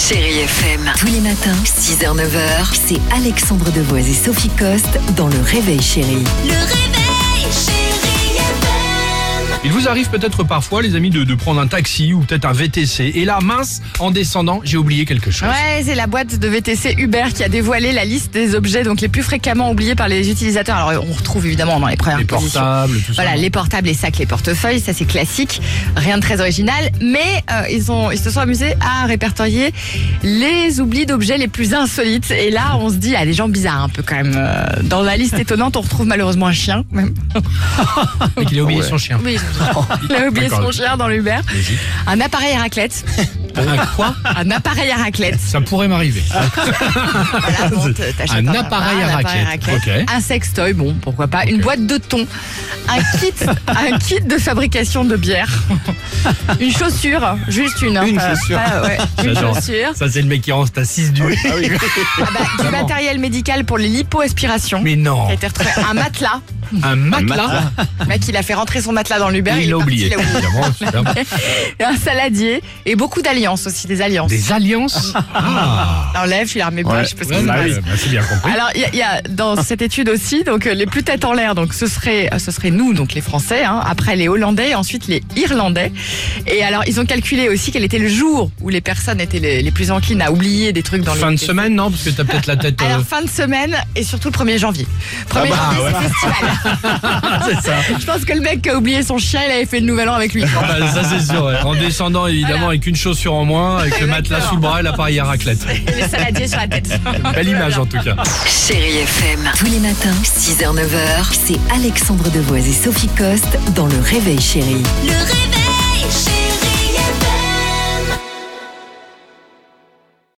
Chérie FM. Tous les matins, 6h-9h, c'est Alexandre Devoise et Sophie Coste dans Le Réveil Chérie. Le réveil, chérie FM. Il vous arrive peut-être parfois, les amis, de prendre un taxi ou peut-être un VTC. Et là, mince, en descendant, j'ai oublié quelque chose. Ouais, c'est la boîte de VTC Uber qui a dévoilé la liste des objets donc les plus fréquemment oubliés par les utilisateurs. Alors, on retrouve évidemment dans les premières Les positions. portables, tout ça. Voilà, les portables, les sacs, les portefeuilles, ça c'est classique, rien de très original. Mais ils se sont amusés à répertorier les oublis d'objets les plus insolites. Et là, on se dit, il y a des gens bizarres un peu quand même. Dans la liste étonnante, on retrouve malheureusement un chien. Même. Et qu'il a oublié son chien. Oui, il a oublié D'accord. son chien dans l'Uber. Logique. Un appareil à raclette. Un quoi? Un appareil à raclette. Ça pourrait m'arriver. Voilà, bon, t'achètes Un appareil à raclette. Ok. Un sextoy, bon, pourquoi pas. Une boîte de thon. Un kit de fabrication de bière. Une chaussure, juste une. Une chaussure. Ouais, une J'adore. chaussure. Ça, c'est le mec qui rentre à 6 du. Du matériel médical pour les lipoaspirations. Mais non. Qui a été retrouvé. Un matelas. Un matelas. Le mec, il a fait rentrer son matelas dans l'Uber. Et il l'a oublié. Évidemment, évidemment. Et un saladier. Et beaucoup d'alliances aussi, des alliances. Des alliances. Ah. Enlève, il la remet pas, je sais pas ce qui se Bah passe. oui, bah c'est bien compris. Alors, il y a dans cette étude aussi, donc les plus têtes en l'air, donc ce serait nous, donc les Français, hein, après les Hollandais, et ensuite les Irlandais. Et alors, ils ont calculé aussi quel était le jour où les personnes étaient les plus enclines à oublier des trucs dans Fin le de semaine, non? Parce que t'as peut-être la tête. Alors, fin de semaine et surtout le 1er janvier. 1er janvier, c'est festival. c'est ça. Je pense que le mec qui a oublié son chien, il avait fait le nouvel an avec lui. Bah, ça, c'est sûr. Ouais. En descendant, évidemment, Voilà. avec une chaussure en moins, avec le matelas sous le bras et l'appareil à raclette. Et le saladier sur la tête. Belle image, en tout cas. Chérie FM. Tous les matins, 6h-9h, c'est Alexandre Devoise et Sophie Coste dans Le Réveil Chérie. Le réveil.